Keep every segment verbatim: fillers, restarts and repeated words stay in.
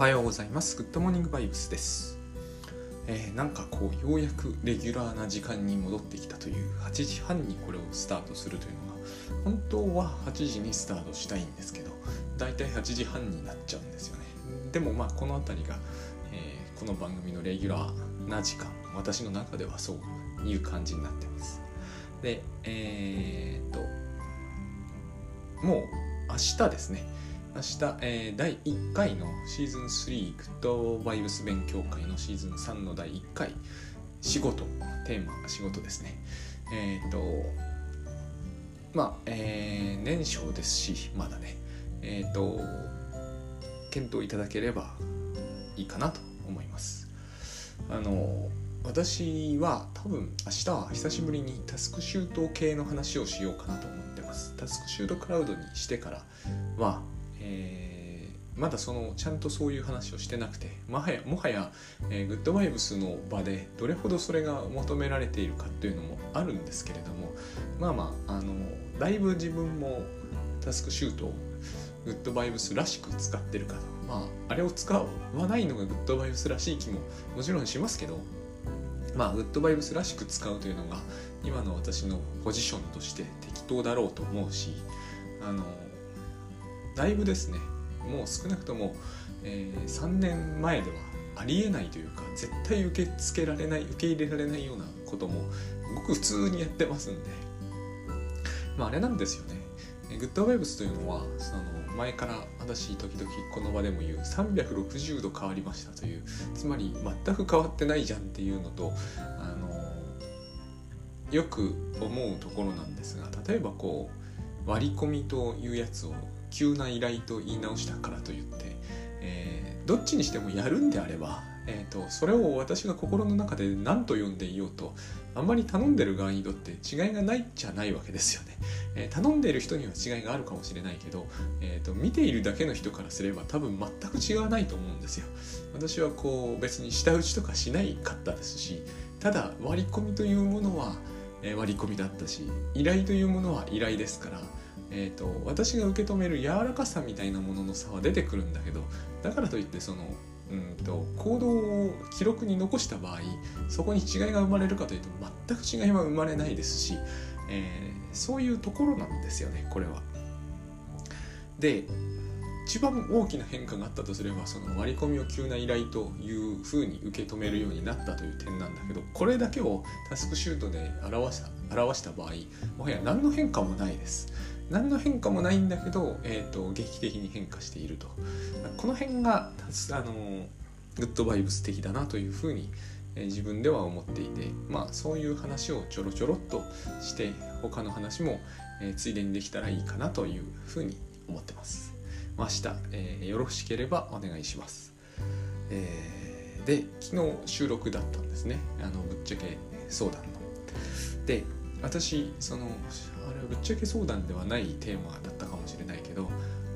おはようございます。グッドモーニングバイブスです。えー、なんかこうようやくレギュラーな時間に戻ってきたというはちじはんにこれをスタートするというのが本当ははちじにスタートしたいんですけど、だいたいはちじはんになっちゃうんですよね。でもまあこのあたりが、えー、この番組のレギュラーな時間、私の中ではそういう感じになってます。で、えー、っともう明日ですね。明日、えー、だいいっかいのシーズンスリーグッドバイブス勉強会のシーズンさんのだいいっかい仕事、テーマが仕事ですね。えっとまあ、えー、年少ですしまだね、えっと検討いただければいいかなと思います。あの私は多分明日は久しぶりにタスクシュート系の話をしようかなと思ってます。タスクシュートクラウドにしてからはえー、まだそのちゃんとそういう話をしてなくて、もはやもはや、えー、グッドバイブスの場でどれほどそれが求められているかっていうのもあるんですけれども、まあまああのだいぶ自分もタスクシュートをグッドバイブスらしく使ってるかと、まああれを使わないのがグッドバイブスらしい気ももちろんしますけど、まあグッドバイブスらしく使うというのが今の私のポジションとして適当だろうと思うし、あのだいぶですね、もう少なくとも、えー、さんねんまえではありえないというか絶対受け付けられない受け入れられないようなこともごく普通にやってますんで、まああれなんですよね。グッドバイブスというのはその前から私時々この場でも言うさんびゃくろくじゅうど変わりましたという、つまり全く変わってないじゃんっていうのと、あのよく思うところなんですが、例えばこう割り込みというやつを急な依頼と言い直したからといって、えー、どっちにしてもやるんであれば、えーと、それを私が心の中で何と呼んでいようと、あんまり頼んでる側にとって違いがないじゃないわけですよね。えー、頼んでいる人には違いがあるかもしれないけど、えーと、見ているだけの人からすれば多分全く違わないと思うんですよ。私はこう別に舌打ちとかしないかったですし、ただ割り込みというものは、えー、割り込みだったし、依頼というものは依頼ですから、えーと、私が受け止める柔らかさみたいなものの差は出てくるんだけど、だからといってその、うんと、行動を記録に残した場合そこに違いが生まれるかというと全く違いは生まれないですし、えー、そういうところなんですよね、これは。で、一番大きな変化があったとすれば、その割り込みを急な依頼という風に受け止めるようになったという点なんだけど、これだけをタスクシュートで表した、表した場合、もはや何の変化もないです。何の変化もないんだけど、えーと、劇的に変化していると。この辺があのグッドバイブス的だなというふうに、えー、自分では思っていて、まあそういう話をちょろちょろっとして他の話も、えー、ついでにできたらいいかなというふうに思ってます。明日、えー、よろしければお願いします。えー、で、昨日収録だったんですね。あのぶっちゃけ相談の。で、私そのあれはぶっちゃけ相談ではないテーマだったかもしれないけど、あの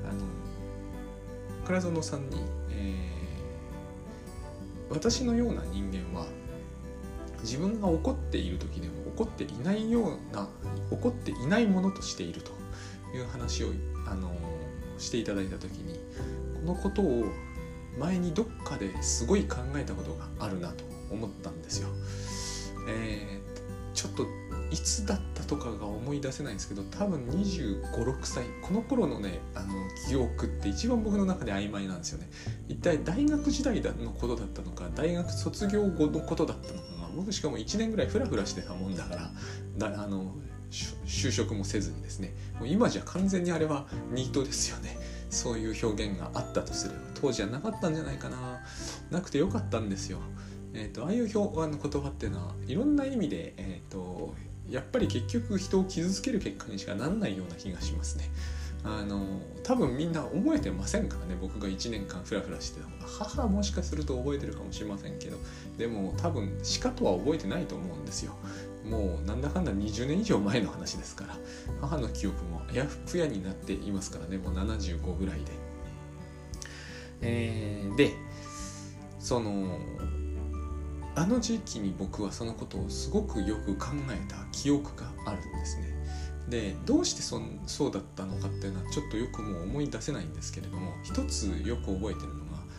倉園さんに、えー、私のような人間は自分が怒っている時でも怒っていないような怒っていないものとしているという話を、あのしていただいた時に、このことを前にどっかですごい考えたことがあるなと思ったんですよ。えー、ちょっといつだったとかが思い出せないんですけど、多分にじゅうご、ろくさい、この頃のね、あの記憶って一番僕の中で曖昧なんですよね。一体大学時代のことだったのか、大学卒業後のことだったのかが、僕しかもいちねんぐらいフラフラしてたもんだから、だあの就職もせずにですね、もう今じゃ完全にあれはニートですよね。そういう表現があったとすれば、当時はなかったんじゃないかな。なくてよかったんですよ。えーと、ああいう表あの言葉っていうのはいろんな意味で、えーとやっぱり結局人を傷つける結果にしかなんないような気がしますね。あの多分みんな覚えてませんからね。僕がいちねんかんフラフラしてたのが、母はもしかすると覚えてるかもしれませんけど、でも多分しかとは覚えてないと思うんですよ。もうなんだかんだにじゅうねん以上前の話ですから、母の記憶もあやふやになっていますからね。もうななじゅうごぐらいで、えー、でそのあの時期に僕はそのことをすごくよく考えた記憶があるんですね。で、どうして そ, そうだったのかっていうのはちょっとよくもう思い出せないんですけれども、一つよく覚えてるのが、え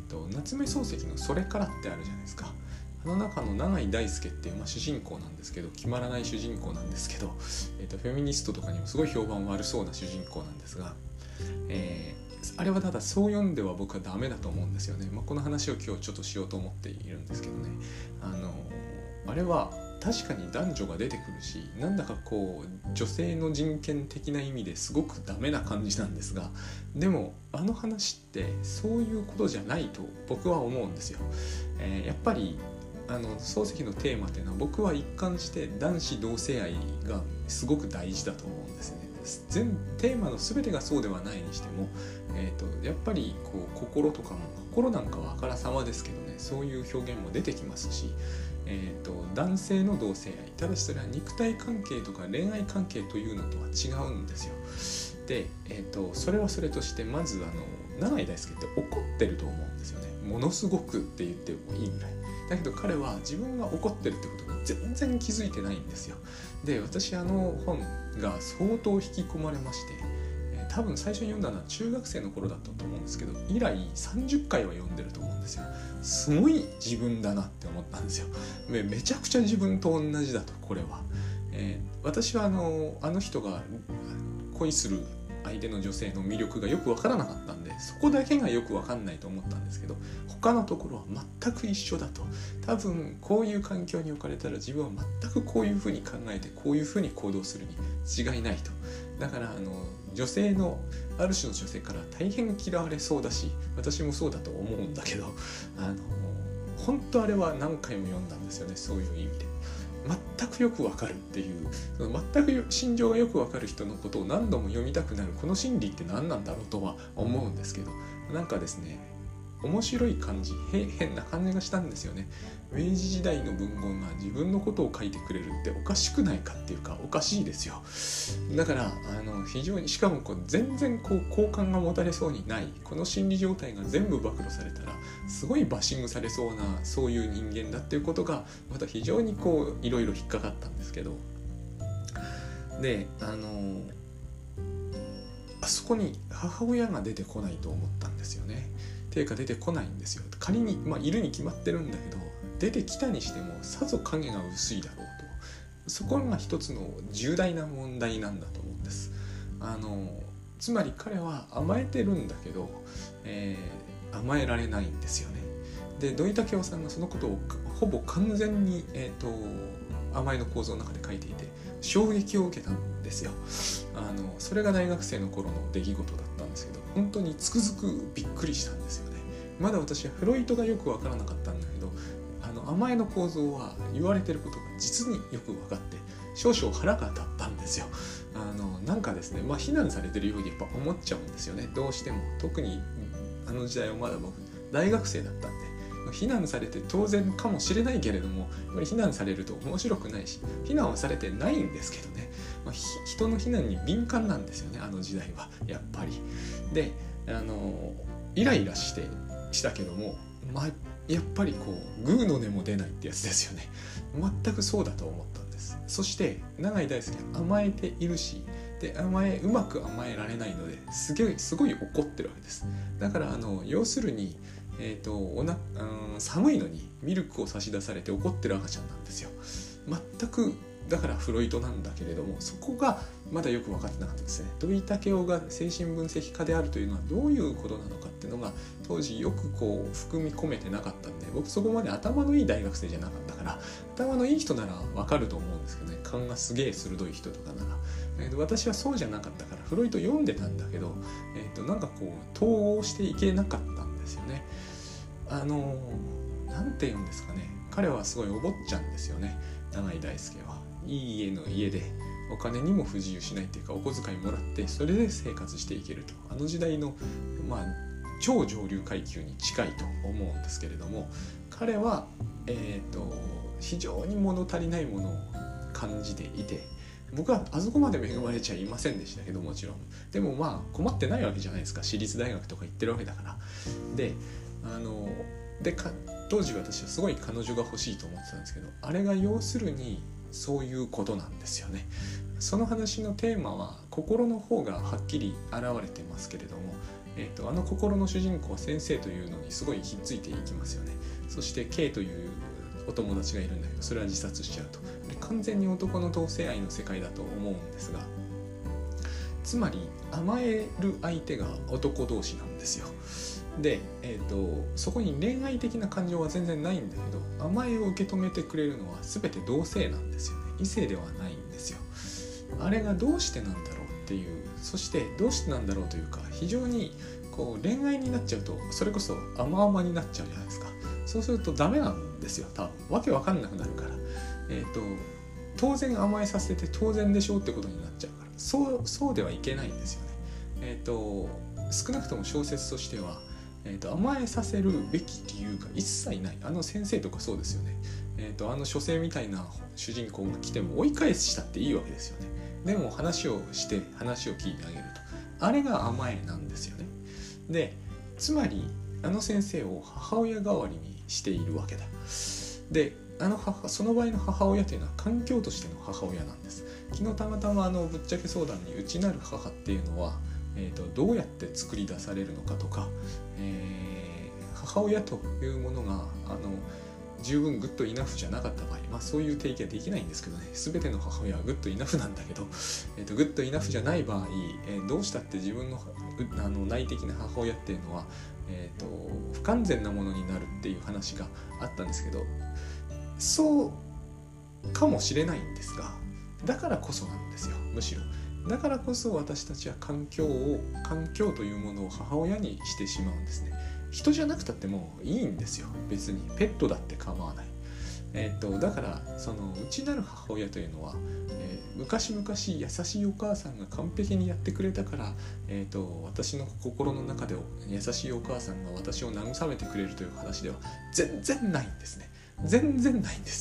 ー、と夏目漱石のそれからってあるじゃないですか。あの中の永井大輔っていう、まあ、主人公なんですけど、決まらない主人公なんですけど、えー、とフェミニストとかにもすごい評判悪そうな主人公なんですが、えー、あれはただそう読んでは僕はダメだと思うんですよね。まあ、この話を今日ちょっとしようと思っているんですけどね、あのあれは確かに男女が出てくるし、なんだかこう女性の人権的な意味ですごくダメな感じなんですが、でもあの話ってそういうことじゃないと僕は思うんですよ。えー、やっぱりあの漱石のテーマっていうのは、僕は一貫して男子同性愛がすごく大事だと思うんですね。全テーマの全てがそうではないにしても、えー、とやっぱりこう心とかも、心なんかはあからさまですけどね、そういう表現も出てきますし、えー、と男性の同性愛、ただしそれは肉体関係とか恋愛関係というのとは違うんですよ。で、えー、とそれはそれとして、まずあの永井大輔って怒ってると思うんですよね。ものすごくって言ってもいいぐらいだけど、彼は自分が怒ってるってことに全然気づいてないんですよ。で、私あの本が相当引き込まれまして、えー、多分最初に読んだのは中学生の頃だったと思うんですけど、以来さんじゅっかいは読んでると思うんですよ。すごい自分だなって思ったんですよ。め, めちゃくちゃ自分と同じだと、これは、えー、私はあのあの人が恋する相手の女性の魅力がよく分からなかったんで、そこだけがよく分かんないと思ったんですけど、他のところは全く一緒だと。多分こういう環境に置かれたら自分は全くこういうふうに考えてこういうふうに行動するに違いないと。だからあの女性のある種の女性から大変嫌われそうだし、私もそうだと思うんだけど、あの本当あれは何回も読んだんですよね。そういう意味で全くよくわかるっていう、全く心情がよくわかる人のことを何度も読みたくなるこの心理って何なんだろうとは思うんですけど、なんかですね、面白い感じ、変な感じがしたんですよね。明治時代の文豪が自分のことを書いてくれるっておかしくないかっていうか、おかしいですよ。だからあの非常に、しかもこう全然こう好感が持たれそうにない、この心理状態が全部暴露されたらすごいバッシングされそうな、そういう人間だっていうことがまた非常にこういろいろ引っかかったんですけど、であのあそこに母親が出てこないと思ったんですよね。ていうか出てこないんですよ。仮に、まあ、いるに決まってるんだけど、出てきたにしてもさぞ影が薄いだろうと。そこが一つの重大な問題なんだと思うんです。あのつまり彼は甘えてるんだけど、えー、甘えられないんですよね。で、土井武雄さんがそのことをほぼ完全に、えーと、甘えの構造の中で書いていて衝撃を受けたんですよ。あのそれが大学生の頃の出来事だったんですけど、本当につくづくびっくりしたんですよね。まだ私はフロイトがよく分からなかったんだけど、あの甘えの構造は言われてることが実によく分かって少々腹が立ったんですよ。あのなんかですね、まあ非難されてるようにやっぱ思っちゃうんですよね。どうしても、特にあの時代はまだ僕大学生だったんで、非難されて当然かもしれないけれども、やっぱり非難されると面白くないし、非難はされてないんですけどね、まあ、人の非難に敏感なんですよね、あの時代はやっぱり。で、あのイライラしてしたけども、まあ、やっぱりこうグーの音も出ないってやつですよね。全くそうだと思ったんです。そして永井大輔は甘えているし、で甘えうまく甘えられないのですごいすごい怒ってるわけです。だからあの要するにえーと、おなうん寒いのにミルクを差し出されて怒ってる赤ちゃんなんですよ。全くだからフロイトなんだけれども、そこがまだよく分かってなかったですね。土井武雄が精神分析家であるというのはどういうことなのかっていうのが当時よくこう含み込めてなかったんで、僕そこまで頭のいい大学生じゃなかったから、頭のいい人なら分かると思うんですけどね、勘がすげえ鋭い人とかなら。えー、と私はそうじゃなかったからフロイト読んでたんだけど、えー、となんかこう統合していけなかったんですよね。あのなんて言うんですかね、彼はすごいお坊ちゃんですよね、永井大輔は。いい家の家でお金にも不自由しないっていうか、お小遣いもらってそれで生活していけると、あの時代のまあ超上流階級に近いと思うんですけれども、彼は、えー、と非常に物足りないものを感じていて、僕はあそこまで恵まれちゃいませんでしたけど、もちろんでもまあ困ってないわけじゃないですか、私立大学とか行ってるわけだから。であのでか当時私はすごい彼女が欲しいと思ってたんですけど、あれが要するにそういうことなんですよね。その話のテーマは心の方がはっきり現れてますけれども、 えーと、あの心の主人公は先生というのにすごいひっついていきますよね。そして K というお友達がいるんだけど、それは自殺しちゃうと。完全に男の同性愛の世界だと思うんですが、つまり甘える相手が男同士なんですよ。で、えーと、そこに恋愛的な感情は全然ないんだけど、甘えを受け止めてくれるのは全て同性なんですよね。異性ではないんですよ。あれがどうしてなんだろうっていう、そしてどうしてなんだろうというか、非常にこう恋愛になっちゃうとそれこそ甘々になっちゃうじゃないですか。そうするとダメなんですよ、多分。わけわかんなくなるから、えーと、当然甘えさせて当然でしょうってことになっちゃうから、そうそうではいけないんですよね。えーと少なくとも小説としては、えーと甘えさせるべき理由が一切ない。あの先生とかそうですよね。えーとあの書生みたいな主人公が来ても追い返したっていいわけですよね。でも話をして話を聞いてあげると、あれが甘えなんですよね。で、つまりあの先生を母親代わりにしているわけだ。で、あの母その場合の母親というのは環境としての母親なんです。昨日たまたまあのぶっちゃけ相談に内なる母っていうのは、えーと、どうやって作り出されるのかとか、えー、母親というものがあの十分グッドイナフじゃなかった場合、まあそういう定義はできないんですけどね、全ての母親はグッドイナフなんだけど、えーと、グッドイナフじゃない場合、えー、どうしたって自分の、あの内的な母親っていうのは、えーと、不完全なものになるっていう話があったんですけど、そうかもしれないんですが、だからこそなんですよ。むしろだからこそ私たちは環境を環境というものを母親にしてしまうんですね。人じゃなくたってもういいんですよ、別に。ペットだって構わない。えー、とだからその内なる母親というのは、えー、昔々優しいお母さんが完璧にやってくれたから、えー、と私の心の中で優しいお母さんが私を慰めてくれるという話では全然ないんですね。全然ないんです。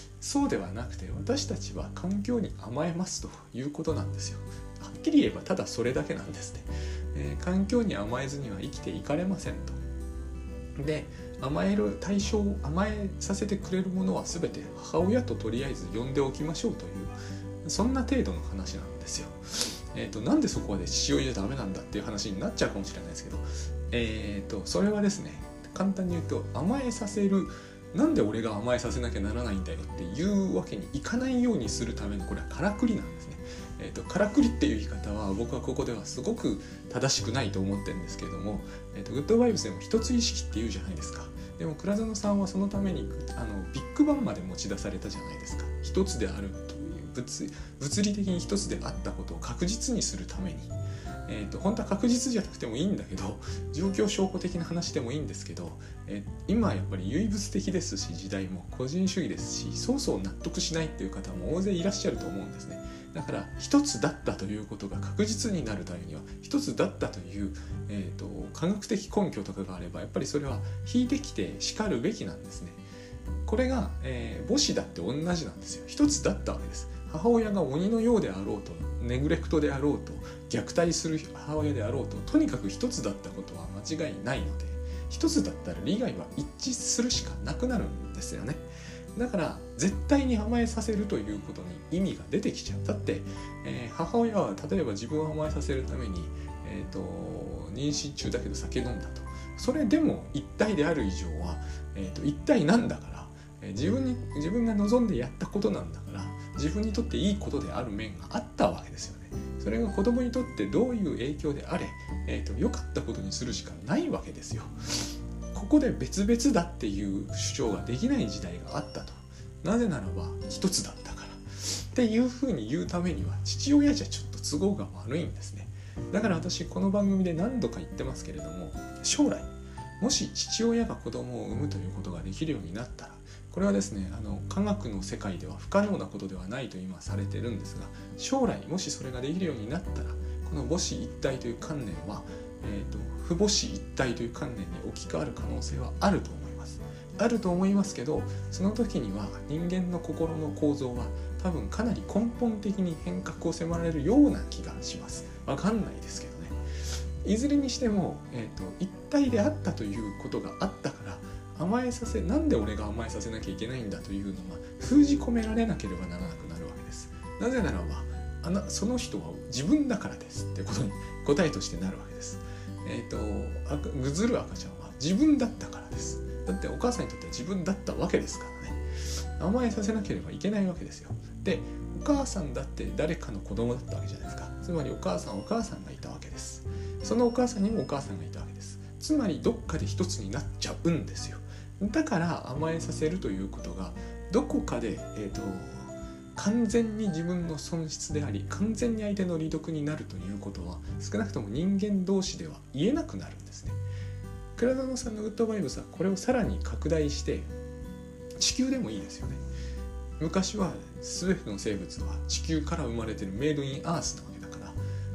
そうではなくて、私たちは環境に甘えますということなんですよ。はっきり言えばただそれだけなんですね。えー、環境に甘えずには生きていかれませんと。で、甘える対象を甘えさせてくれるものは全て母親ととりあえず呼んでおきましょうという、そんな程度の話なんですよ。えーと、なんでそこまで父親じゃダメなんだっていう話になっちゃうかもしれないですけど、えーと、それはですね、簡単に言うと、甘えさせる、なんで俺が甘えさせなきゃならないんだよっていうわけにいかないようにするための、これはからくりなんですね。えーと、からくりっていう言い方は僕はここではすごく正しくないと思ってるんですけれども、えーと、グッドバイブスでも一つ意識って言うじゃないですか。でも倉園さんはそのためにあのビッグバンまで持ち出されたじゃないですか。一つであるという 物, 物理的に一つであったことを確実にするために、えーと、本当は確実じゃなくてもいいんだけど、状況証拠的な話でもいいんですけど、えー、今はやっぱり唯物的ですし、時代も個人主義ですし、そうそう納得しないっていう方も大勢いらっしゃると思うんですね。だから一つだったということが確実になるためには、一つだったという、えーと、科学的根拠とかがあれば、やっぱりそれは引いてきてしかるべきなんですね。これが、えー、母子だって同じなんですよ。一つだったわけです。母親が鬼のようであろうと、ネグレクトであろうと、虐待する母親であろうと、とにかく一つだったことは間違いないので、一つだったら利害は一致するしかなくなるんですよね。だから絶対に甘えさせるということに意味が出てきちゃう。だって、えー、母親は例えば自分を甘えさせるために、えーと、妊娠中だけど酒飲んだと。それでも一体である以上は、えーと、一体なんだから、えー、自分に自分が望んでやったことなんだから、自分にとっていいことである面があったわけですよね。それが子供にとってどういう影響であれ、えーと、良かったことにするしかないわけですよ。ここで別々だっていう主張ができない時代があったと。なぜならば一つだったからっていうふうに言うためには、父親じゃちょっと都合が悪いんですね。だから私この番組で何度か言ってますけれども、将来もし父親が子供を産むということができるようになったら、これはですね、あの科学の世界では不可能なことではないと今されてるんですが、将来もしそれができるようになったら、この母子一体という観念は、えーと、父母子一体という観念に置き換わる可能性はあると思います。あると思いますけど、その時には人間の心の構造は多分かなり根本的に変革を迫られるような気がします。わかんないですけどね。いずれにしても、えーと、一体であったということがあったから、甘えさせ、なんで俺が甘えさせなきゃいけないんだというのは封じ込められなければならなくなるわけです。なぜならば、あなその人は自分だからですってことに答えとしてなるわけです。 えーと、ぐずる赤ちゃんは自分だったからです。だってお母さんにとっては自分だったわけですからね。甘えさせなければいけないわけですよ。で、お母さんだって誰かの子供だったわけじゃないですか。つまりお母さんはお母さんがいたわけです。そのお母さんにもお母さんがいたわけです。つまりどっかで一つになっちゃうんですよ。だから甘えさせるということがどこかで、えーと、完全に自分の損失であり、完全に相手の利得になるということは少なくとも人間同士では言えなくなるんですね。倉園さんのグッドバイブスはこれをさらに拡大して地球でもいいですよね。昔は全ての生物は地球から生まれているメイドインアースなわけだから、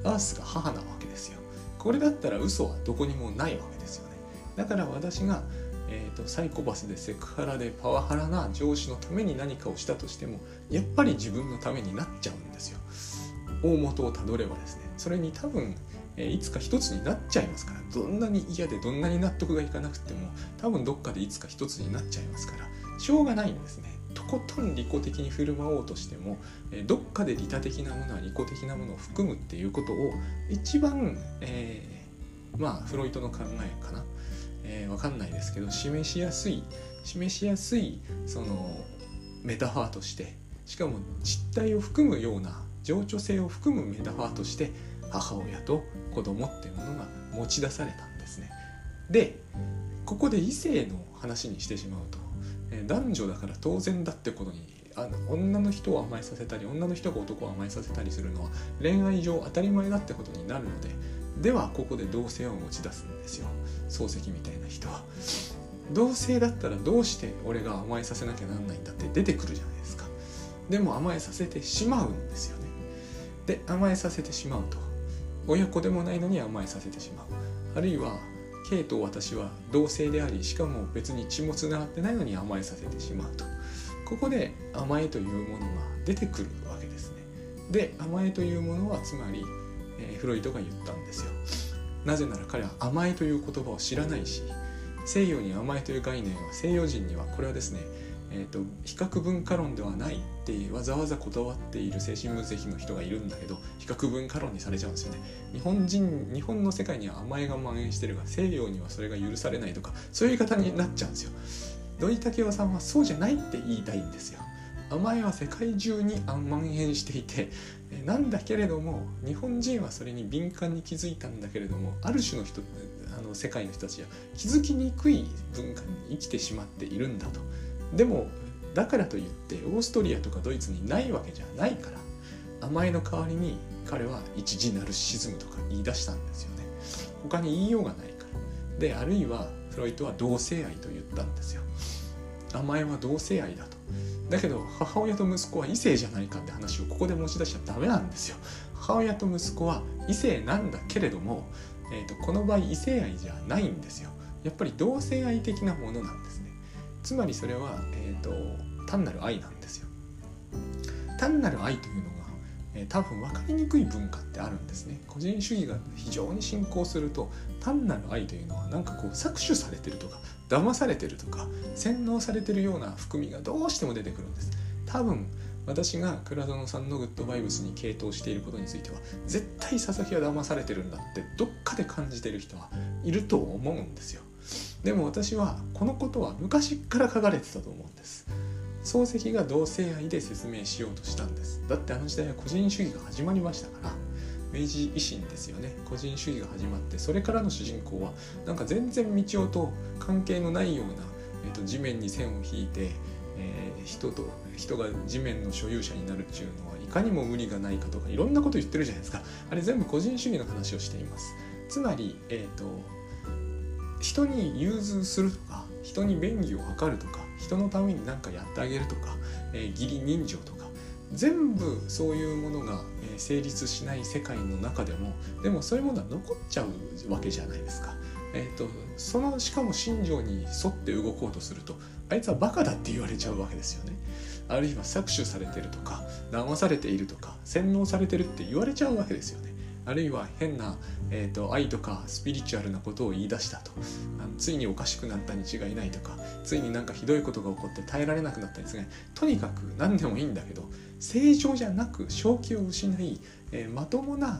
アースが母なわけですよ。これだったら嘘はどこにもないわけですよね。だから私が、えーと、サイコパスでセクハラでパワハラな上司のために何かをしたとしてもやっぱり自分のためになっちゃうんですよ。大元をたどればですね、それに多分、えー、いつか一つになっちゃいますから、どんなに嫌でどんなに納得がいかなくても多分どっかでいつか一つになっちゃいますから、しょうがないんですね。とことん利己的に振る舞おうとしても、えー、どっかで利他的なものは利己的なものを含むっていうことを一番、えー、まあフロイトの考えかな、えー、わかんないですけど示しやすい示しやすいそのメタファーとして、しかも実態を含むような情緒性を含むメタファーとして母親と子供っていうものが持ち出されたんですね。で、ここで異性の話にしてしまうと、男女だから当然だってことに、あの女の人を甘えさせたり女の人が男を甘えさせたりするのは恋愛上当たり前だってことになるので、ではここで同性を持ち出すんですよ。漱石みたいな人は同性だったらどうして俺が甘えさせなきゃなんないんだって出てくるじゃないですか。でも甘えさせてしまうんですよね。で、甘えさせてしまうと、親子でもないのに甘えさせてしまう、あるいはK と私は同性であり、しかも別に血もつながってないのに甘えさせてしまうと、ここで甘えというものが出てくるわけですね。で、甘えというものはつまり、えー、フロイトが言ったんですよ。なぜなら彼は甘えという言葉を知らないし、西洋に甘えという概念は西洋人にはこれはですね、えーと、比較文化論ではないってわざわざこだわっている精神分析の人がいるんだけど、比較文化論にされちゃうんですよね。日本人日本の世界には甘えが蔓延してるが西洋にはそれが許されないとか、そういう言い方になっちゃうんですよ。土井武雄さんはそうじゃないって言いたいんですよ。甘えは世界中に蔓延していて、なんだけれども日本人はそれに敏感に気づいたんだけれども、ある種の人あの世界の人たちは気づきにくい文化に生きてしまっているんだと。でもだからといってオーストリアとかドイツにないわけじゃないから、甘えの代わりに彼は一時ナルシズムとか言い出したんですよね。他に言いようがないから。で、あるいはフロイトは同性愛と言ったんですよ。甘えは同性愛だと。だけど母親と息子は異性じゃないかって話をここで持ち出しちゃダメなんですよ。母親と息子は異性なんだけれども、えーと、この場合異性愛じゃないんですよ。やっぱり同性愛的なものなんですね。つまりそれは、えーと、単なる愛なんですよ。単なる愛というのが、えー、多分分かりにくい文化ってあるんですね。個人主義が非常に進行すると、単なる愛というのはなんかこう搾取されてるとか騙されてるとか洗脳されてるような含みがどうしても出てくるんです。多分私が倉園さんのグッドバイブスに傾倒していることについては、絶対佐々木は騙されてるんだってどっかで感じてる人はいると思うんですよ。でも私はこのことは昔から書かれてたと思うんです。漱石が同性愛で説明しようとしたんです。だってあの時代は個人主義が始まりましたから、明治維新ですよね。個人主義が始まって、それからの主人公はなんか全然道夫と関係のないような、えーと、地面に線を引いて、えー、人と人が地面の所有者になるっていうのはいかにも無理がないかとかいろんなこと言ってるじゃないですか。あれ全部個人主義の話をしています。つまり、えーと、人に融通するとか、人に便宜を図るとか、人のために何かやってあげるとか、えー、義理人情とか、全部そういうものが成立しない世界の中でも、でもそういうものは残っちゃうわけじゃないですか。えーと、そのしかも信条に沿って動こうとすると、あいつはバカだって言われちゃうわけですよね。あるいは搾取されてるとか、騙されているとか、洗脳されてるって言われちゃうわけですよね。あるいは変な、えーと、愛とかスピリチュアルなことを言い出したと、あのついにおかしくなったに違いないとか、ついになんかひどいことが起こって耐えられなくなったんですね。とにかく何でもいいんだけど、正常じゃなく正気を失い、えー、まともな、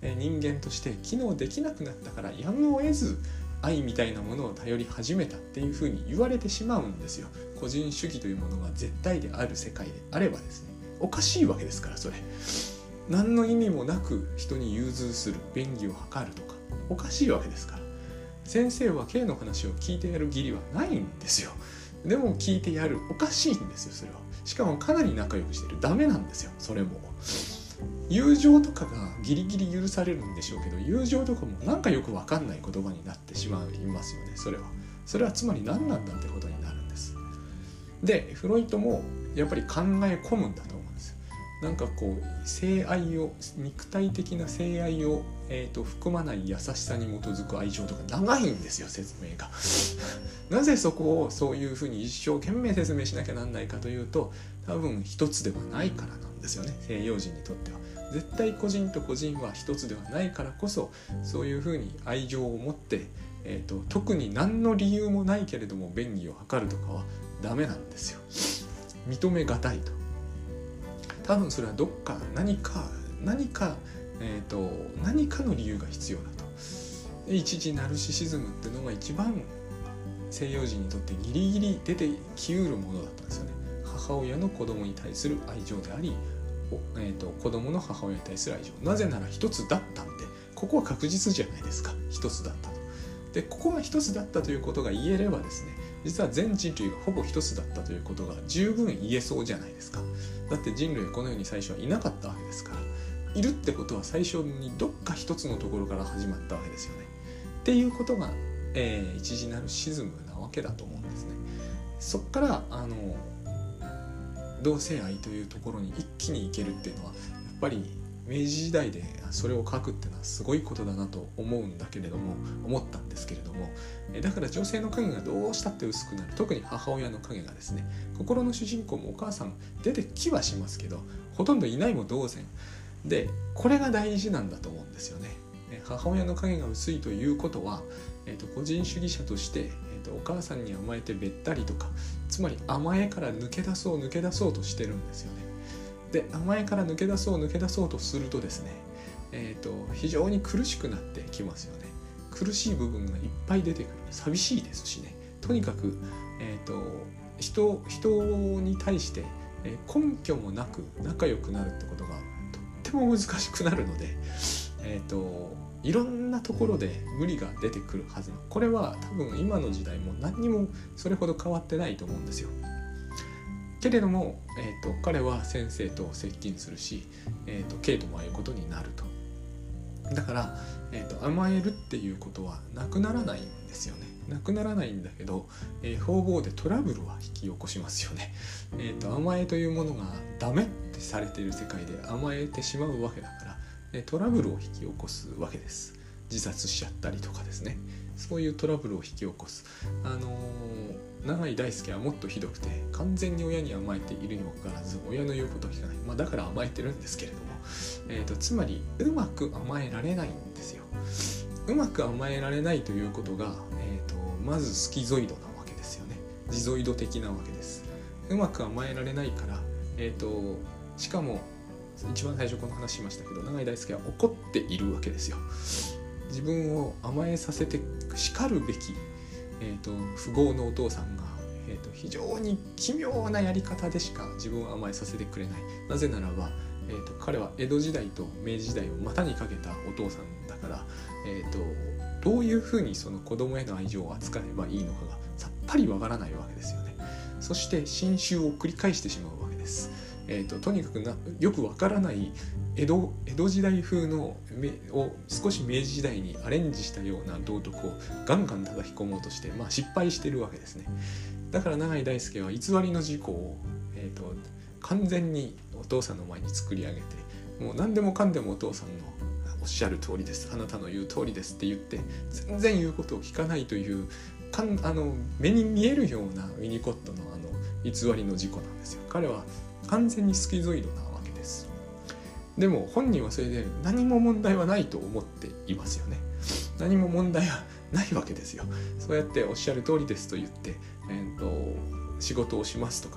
人間として機能できなくなったからやむを得ず愛みたいなものを頼り始めたっていうふうに言われてしまうんですよ。個人主義というものが絶対である世界であればですね、おかしいわけですから。それ何の意味もなく人に融通する、便宜を図るとかおかしいわけですから。先生は K の話を聞いてやる義理はないんですよ。でも聞いてやる、おかしいんですよそれは。しかもかなり仲良くしてる、ダメなんですよそれも。友情とかがギリギリ許されるんでしょうけど、友情とかもなんかよく分かんない言葉になってしまいますよね。それはそれはつまり何なんだってことになるんです。でフロイトもやっぱり考え込むんだと思うんですよ。なんかこう性愛を、肉体的な性愛を、えーと、含まない優しさに基づく愛情とか長いんですよ説明がなぜそこをそういうふうに一生懸命説明しなきゃなんないかというと、多分一つではないからなんですよね。西洋人にとっては絶対個人と個人は一つではないからこそ、そういうふうに愛情を持って、えーと、特に何の理由もないけれども便宜を図るとかはダメなんですよ。認めがたいと。多分それはどっか何か何か、えーと、何かの理由が必要だと。一時ナルシシズムっていうのが一番西洋人にとってギリギリ出てきうるものだったんですよね。母親の子供に対する愛情であり、えーと、子供の母親に対する愛情、なぜなら一つだったんで、ここは確実じゃないですか。一つだったと。でここが一つだったということが言えればですね、実は全人類がほぼ一つだったということが十分言えそうじゃないですか。だって人類はこの世に最初はいなかったわけですから。いるってことは最初にどっか一つのところから始まったわけですよね。っていうことが、えー、一時ナルシズムなわけだと思うんですね。そっからあの同性愛というところに一気にいけるっていうのはやっぱり明治時代でそれを書くっていうのはすごいことだなと思うんだけれども思ったんですけれども、だから女性の影がどうしたって薄くなる。特に母親の影がですね、心の主人公もお母さん出てきはしますけどほとんどいないも同然で、これが大事なんだと思うんですよね。母親の影が薄いということは、えーと、個人主義者として、えーと、お母さんに甘えてべったりとか、つまり甘えから抜け出そう抜け出そうとしてるんですよね。で甘えから抜け出そう抜け出そうとするとですね、えーと、非常に苦しくなってきますよね。苦しい部分がいっぱい出てくる。寂しいですしね。とにかく、えーと、人、人に対して、えー、根拠もなく仲良くなるってことがとっても難しくなるので、えーと、いろんなところで無理が出てくるはず。これは多分今の時代も何にもそれほど変わってないと思うんですよ。けれども、えーと、彼は先生と接近するし、えーと、ケイトもああいうことになると。だから、えーと、甘えるっていうことはなくならないんですよね。なくならないんだけど、えー、方々でトラブルは引き起こしますよね。えーと、甘えというものがダメってされている世界で甘えてしまうわけだから、えー、トラブルを引き起こすわけです。自殺しちゃったりとかですね。そういうトラブルを引き起こす。あのー、永井大輔はもっとひどくて、完全に親に甘えているにもかかわらず親の言うことを聞かない。まあだから甘えてるんですけれども、えーと、つまりうまく甘えられないんですよ。うまく甘えられないということが、えーと、まずスキゾイドなわけですよね。ジゾイド的なわけです。うまく甘えられないから、えーと、しかも一番最初この話しましたけど、永井大輔は怒っているわけですよ。自分を甘えさせて叱るべき、えーと、富豪のお父さんが、えーと、非常に奇妙なやり方でしか自分を甘えさせてくれない。なぜならば、えーと、彼は江戸時代と明治時代を股にかけたお父さんだから、えーと、どういうふうにその子供への愛情を扱えばいいのかがさっぱりわからないわけですよね。そして侵襲を繰り返してしまうわけです。えーと、とにかくなよくわからない江戸、江戸時代風のを少し明治時代にアレンジしたような道徳をガンガン叩き込もうとして、まあ、失敗してるわけですね。だから永井大輔は偽りの事故を、えーと、完全にお父さんの前に作り上げて、もう何でもかんでもお父さんのおっしゃる通りです、あなたの言う通りですって言って全然言うことを聞かないというかんあの目に見えるようなウィニコットのあの偽りの事故なんですよ。彼は完全にスキゾイドなわけです。でも本人はそれで何も問題はないと思っていますよね。何も問題はないわけですよ。そうやっておっしゃる通りですと言って、えーと、仕事をしますとか、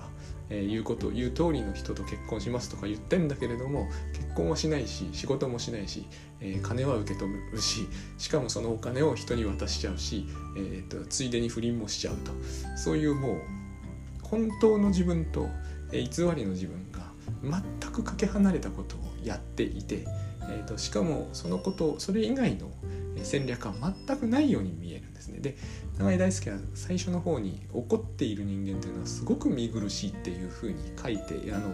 えー、言うこと言う通りの人と結婚しますとか言ってんだけれども、結婚はしないし仕事もしないし、えー、金は受け取るし、しかもそのお金を人に渡しちゃうし、えー、とついでに不倫もしちゃうと、そういうもう本当の自分と、えー、偽りの自分が全くかけ離れたことをやっていて、えー、としかもそのことそれ以外の戦略は全くないように見えるんですね。で、永井大輔は最初の方に怒っている人間というのはすごく見苦しいっていうふうに書いて、あのあの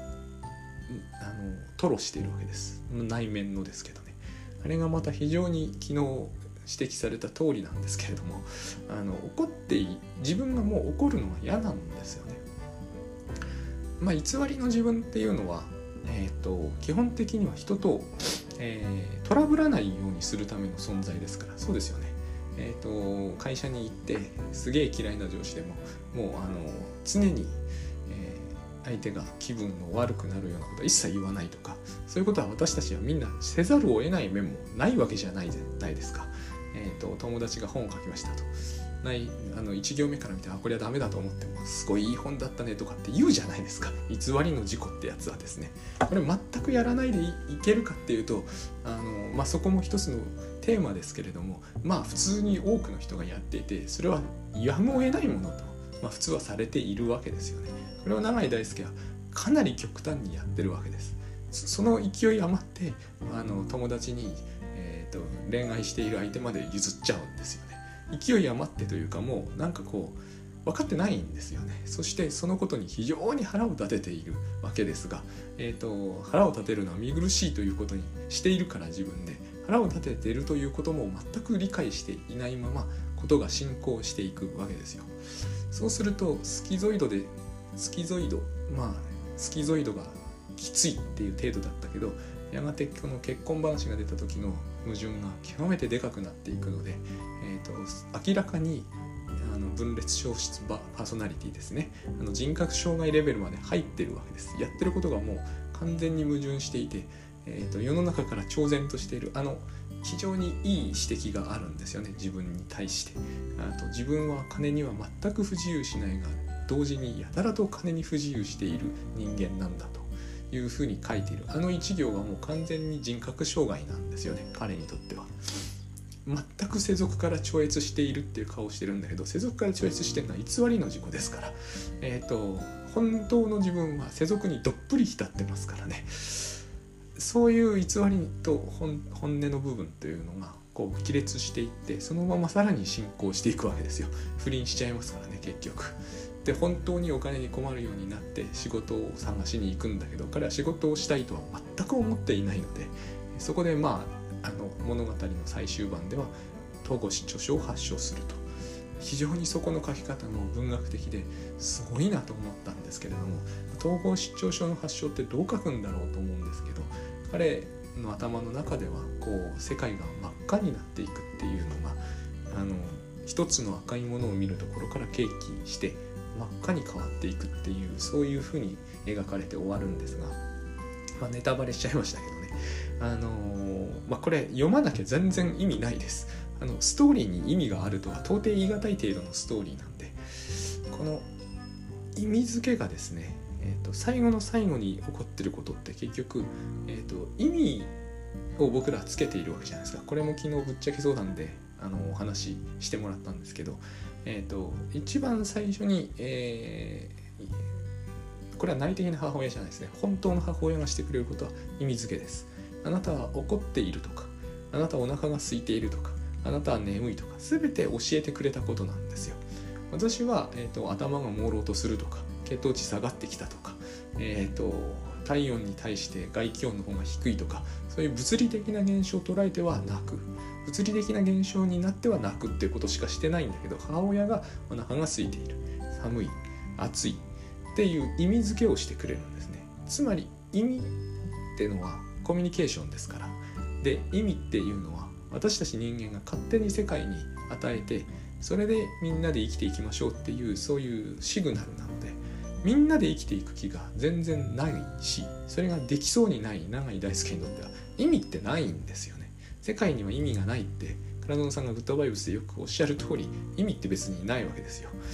吐露しているわけです。内面のですけどね、あれがまた非常に昨日指摘された通りなんですけれども、あの怒って自分がもう怒るのは嫌なんですよね。まあ偽りの自分っていうのは、えー、と基本的には人と、えー、トラブらないようにするための存在ですから。そうですよね。えー、と会社に行ってすげえ嫌いな上司でももうあの常に、えー、相手が気分の悪くなるようなことは一切言わないとか、そういうことは私たちはみんなせざるを得ない面もないわけじゃないじゃないですか。えー、と友達が本を書きましたとないあのいち行目から見て、あこれはダメだと思ってもすごいいい本だったねとかって言うじゃないですか。偽りの自己ってやつはですね、これ全くやらないで い, いけるかっていうと、あの、まあ、そこも一つのテーマですけれども、まあ普通に多くの人がやっていて、それはやむを得ないものと、まあ、普通はされているわけですよね。これを永井大輔はかなり極端にやってるわけです。その勢い余ってあの友達に、えー、と恋愛している相手まで譲っちゃうんですよね。勢い余ってというか、もうなんかこう分かってないんですよね。そしてそのことに非常に腹を立てているわけですが、えー、と腹を立てるのは見苦しいということにしているから、自分で腹を立てているということも全く理解していないままことが進行していくわけですよ。そうするとスキゾイドでスキゾイドまあスキゾイドがきついっていう程度だったけど、やがてこの結婚話が出た時の矛盾が極めてでかくなっていくので、えー、と明らかにあの分裂消失パーソナリティですね、あの人格障害レベルまで入ってるわけです。やってることがもう完全に矛盾していて、えー、と世の中から超然としている、あの非常にいい指摘があるんですよね。自分に対して、あと自分は金には全く不自由しないが、同時にやたらと金に不自由している人間なんだというふうに書いている、あの一行がもう完全に人格障害なんですよね、彼にとっては。全く世俗から超越しているっていう顔をしてるんだけど、世俗から超越してるのは偽りの自己ですから、えーと本当の自分は世俗にどっぷり浸ってますからね。そういう偽りと 本, 本音の部分というのがこう亀裂していって、そのままさらに進行していくわけですよ。不倫しちゃいますからね、結局。で本当にお金に困るようになって仕事を探しに行くんだけど、彼は仕事をしたいとは全く思っていないので、そこでまああの物語の最終盤では統合失調症を発症すると。非常にそこの書き方も文学的ですごいなと思ったんですけれども、統合失調症の発症ってどう書くんだろうと思うんですけど、彼の頭の中ではこう世界が真っ赤になっていくっていうのが、あの一つの赤いものを見るところから契機して真っ赤に変わっていくっていう、そういう風に描かれて終わるんですが、まあ、ネタバレしちゃいましたけどね、あのーまあ、これ読まなきゃ全然意味ないです。あのストーリーに意味があるとは到底言い難い程度のストーリーなんで、この意味付けがですね、えー、と最後の最後に起こってることって結局、えー、と意味を僕らつけているわけじゃないですか。これも昨日ぶっちゃけ相談であのお話ししてもらったんですけど、えー、と一番最初に、えー、これは内的な母親じゃないですね。本当の母親がしてくれることは意味付けです。あなたは怒っているとか、あなたはお腹が空いているとか、あなたは眠いとか、全て教えてくれたことなんですよ。私は、えー、と頭が朦朧とするとか、血糖値下がってきたとか、えー、と体温に対して外気温の方が低いとか、そういう物理的な現象を捉えてはなく、物理的な現象になってはなくっていうことしかしてないんだけど、母親がお腹が空いている、寒い、暑いっていう意味付けをしてくれるんですね。つまり意味っていうのはコミュニケーションですから。で、意味っていうのは私たち人間が勝手に世界に与えて、それでみんなで生きていきましょうっていう、そういうシグナルなので、みんなで生きていく気が全然ないし、それができそうにない永井大輔にとっては意味ってないんですよね。世界には意味がないって倉園さんがグッドバイブスでよくおっしゃる通り、意味って別にないわけですよ。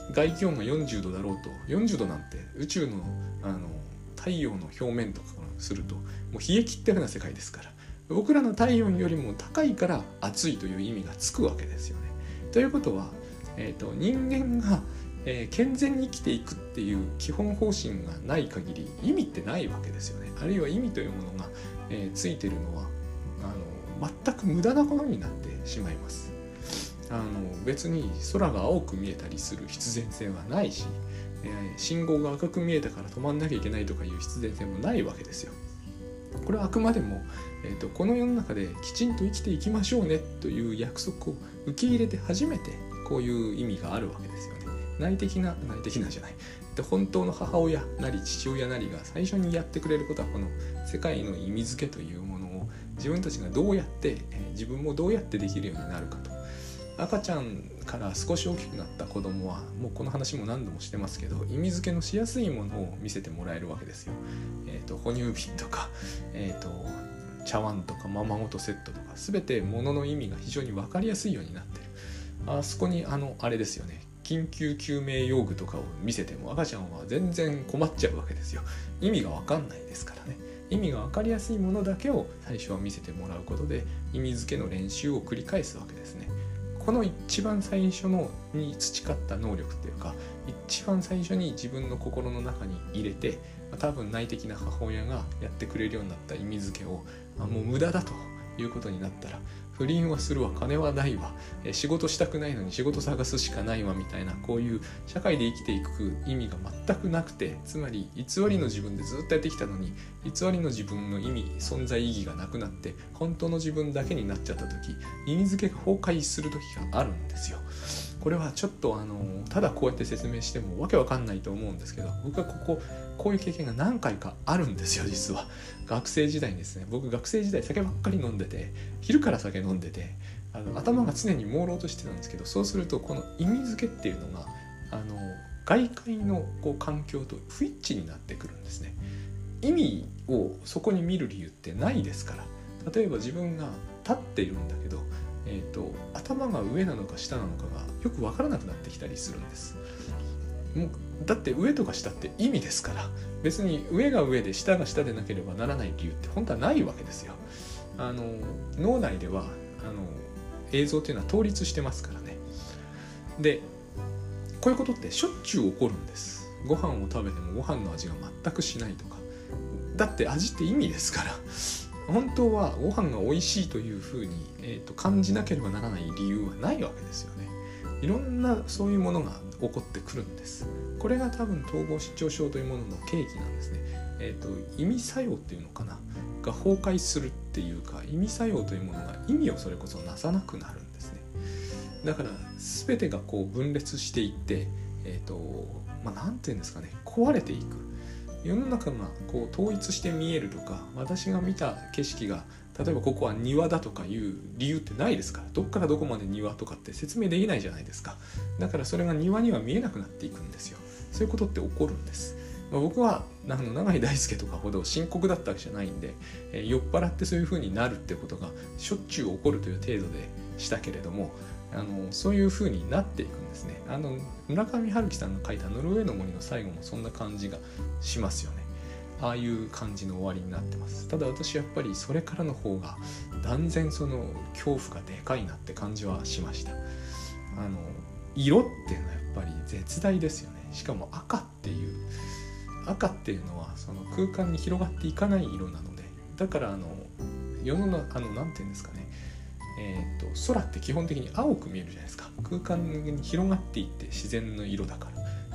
外気温がよんじゅうどだろうと、よんじゅうどなんて宇宙の、あの太陽の表面とかからするともう冷え切ったような世界ですから、僕らの体温よりも高いから暑いという意味がつくわけですよね。ということは、えーと、人間が、えー、健全に生きていくっていう基本方針がない限り意味ってないわけですよね。あるいは意味というものが、えー、ついてるのはあの全く無駄なことになってしまいます。あの別に空が青く見えたりする必然性はないし、えー、信号が赤く見えたから止まんなきゃいけないとかいう必然性もないわけですよ。これはあくまでも、えーと、この世の中できちんと生きていきましょうねという約束を受け入れて初めてこういう意味があるわけですよね。内的な内的なじゃない本当の母親なり父親なりが最初にやってくれることは、この世界の意味付けというものを自分たちがどうやって、えー、自分もどうやってできるようになるかと。赤ちゃんから少し大きくなった子供はもうこの話も何度もしてますけど、意味付けのしやすいものを見せてもらえるわけですよ。えーと、哺乳瓶とか、えーと、茶碗とかままごとセットとか、全て物の意味が非常に分かりやすいようになってる。あそこにあのあれですよね、緊急救命用具とかを見せても赤ちゃんは全然困っちゃうわけですよ。意味が分かんないですからね。意味が分かりやすいものだけを最初は見せてもらうことで、意味付けの練習を繰り返すわけですね。この一番最初のに培った能力っていうか、一番最初に自分の心の中に入れて、多分内的な母親がやってくれるようになった意味付けをもう無駄だということになったら、不倫はするわ、金はないわ、仕事したくないのに仕事探すしかないわみたいな、こういう社会で生きていく意味が全くなくて、つまり偽りの自分でずっとやってきたのに、偽りの自分の意味存在意義がなくなって本当の自分だけになっちゃった時、意味付けが崩壊する時があるんですよ。これはちょっとあのただこうやって説明してもわけわかんないと思うんですけど、僕はこここういう経験が何回かあるんですよ。実は学生時代にですね、僕学生時代酒ばっかり飲んでて、昼から酒飲んでて、あの頭が常に朦朧としてたんですけど、そうするとこの意味付けっていうのがあの外界のこう環境と不一致になってくるんですね。意味をそこに見る理由ってないですから。例えば自分が立っているんだけど、えーと、頭が上なのか下なのかがよく分からなくなってきたりするんです。もうだって上とか下って意味ですから、別に上が上で下が下でなければならない理由って本当はないわけですよ。あの脳内ではあの映像っていうのは統一してますからね。でこういうことってしょっちゅう起こるんです。ご飯を食べてもご飯の味が全くしないとか、だって味って意味ですから、本当はご飯が美味しいというふうに、えーと、感じなければならない理由はないわけですよね。いろんなそういうものが起こってくるんです。これが多分統合失調症というものの契機なんですね。えーと、意味作用っていうのかなが崩壊するっていうか、意味作用というものが意味をそれこそなさなくなるんですね。だから全てがこう分裂していって、えーとまあ、なんていうんですかね、壊れていく。世の中がこう統一して見えるとか、私が見た景色が例えばここは庭だとかいう理由ってないですから。どっからどこまで庭とかって説明できないじゃないですか。だからそれが庭には見えなくなっていくんですよ。そういうことって起こるんです。まあ、僕はあの永井大輔とかほど深刻だったわけじゃないんで、えー、酔っ払ってそういう風になるってことがしょっちゅう起こるという程度でしたけれども、あのそういう風になっていくんですね。あの村上春樹さんが書いたノルウェーの森の最後もそんな感じがしますよね。ああいう感じの終わりになってます。ただ私やっぱりそれからの方が断然その恐怖がでかいなって感じはしました。あの色っていうのはやっぱり絶大ですよね。しかも赤っていう赤っていうのはその空間に広がっていかない色なので、だからあの世の中あのなんていうんですかね、えーと、空って基本的に青く見えるじゃないですか。空間に広がっていって自然の色だから。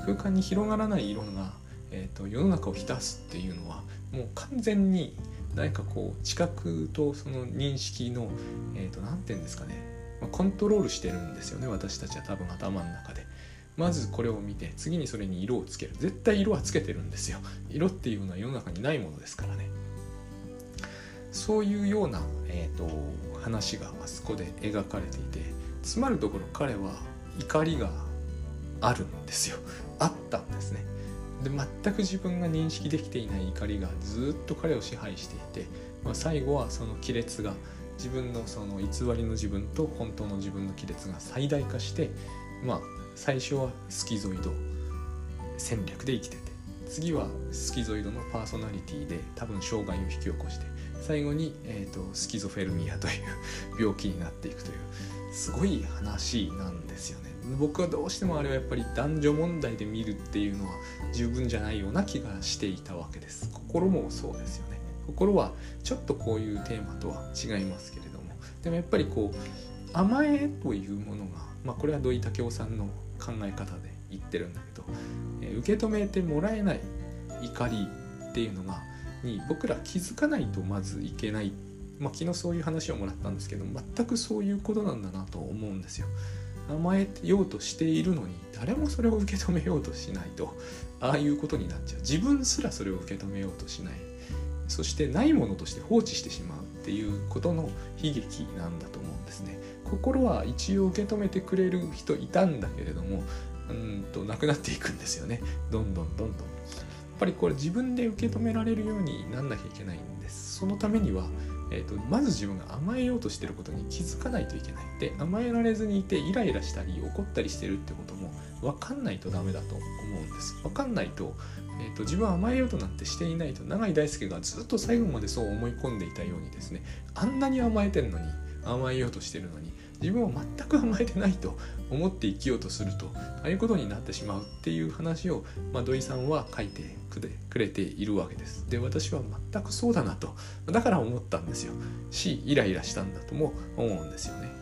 空間に広がらない色が、えーと、世の中を浸すっていうのはもう完全に何かこう知覚とその認識の、えーと、なんていうんですかね、まあ、コントロールしてるんですよね。私たちは多分頭の中でまずこれを見て、次にそれに色をつける。絶対色はつけてるんですよ。色っていうのは世の中にないものですからね。そういうような、えーと、話があそこで描かれていて、つまるところ彼は怒りがあるんですよ。あったんですね。で全く自分が認識できていない怒りがずっと彼を支配していて、まあ、最後はその亀裂が自分のその偽りの自分と本当の自分の亀裂が最大化して、 まあ最初はスキゾイド戦略で生きてて、次はスキゾイドのパーソナリティで多分障害を引き起こして、最後に、えーと、スキゾフェルニアという病気になっていくというすごい話なんですよね。僕はどうしてもあれはやっぱり男女問題で見るっていうのは十分じゃないような気がしていたわけです。心もそうですよね。心はちょっとこういうテーマとは違いますけれども、でもやっぱりこう甘えというものが、まあ、これは土井武雄さんの考え方で言ってるんだけど、えー、受け止めてもらえない怒りっていうのがに僕ら気づかないとまずいけない、まあ、昨日そういう話をもらったんですけど、全くそういうことなんだなと思うんですよ。甘えようとしているのに誰もそれを受け止めようとしないと、ああいうことになっちゃう。自分すらそれを受け止めようとしない、そしてないものとして放置してしまうっていうことの悲劇なんだと思うんですね。心は一応受け止めてくれる人いたんだけれども、うんとなくなっていくんですよね。どんどんどんどん。やっぱりこれ自分で受け止められるようになんなきゃいけないんです。そのためには、えーと、まず自分が甘えようとしていることに気づかないといけない。で、甘えられずにいてイライラしたり怒ったりしてるってことも分かんないとダメだと思うんです。分かんないと、えーと、自分は甘えようとなんてしていないと、永井大輔がずっと最後までそう思い込んでいたようにですね、あんなに甘えてるのに、甘えようとしてるのに、自分は全く甘えてないと思って生きようとすると、ああいうことになってしまうっていう話を、まあ、土井さんは書いてくれているわけです。で、私は全くそうだなと、だから思ったんですよし、イライラしたんだとも思うんですよね。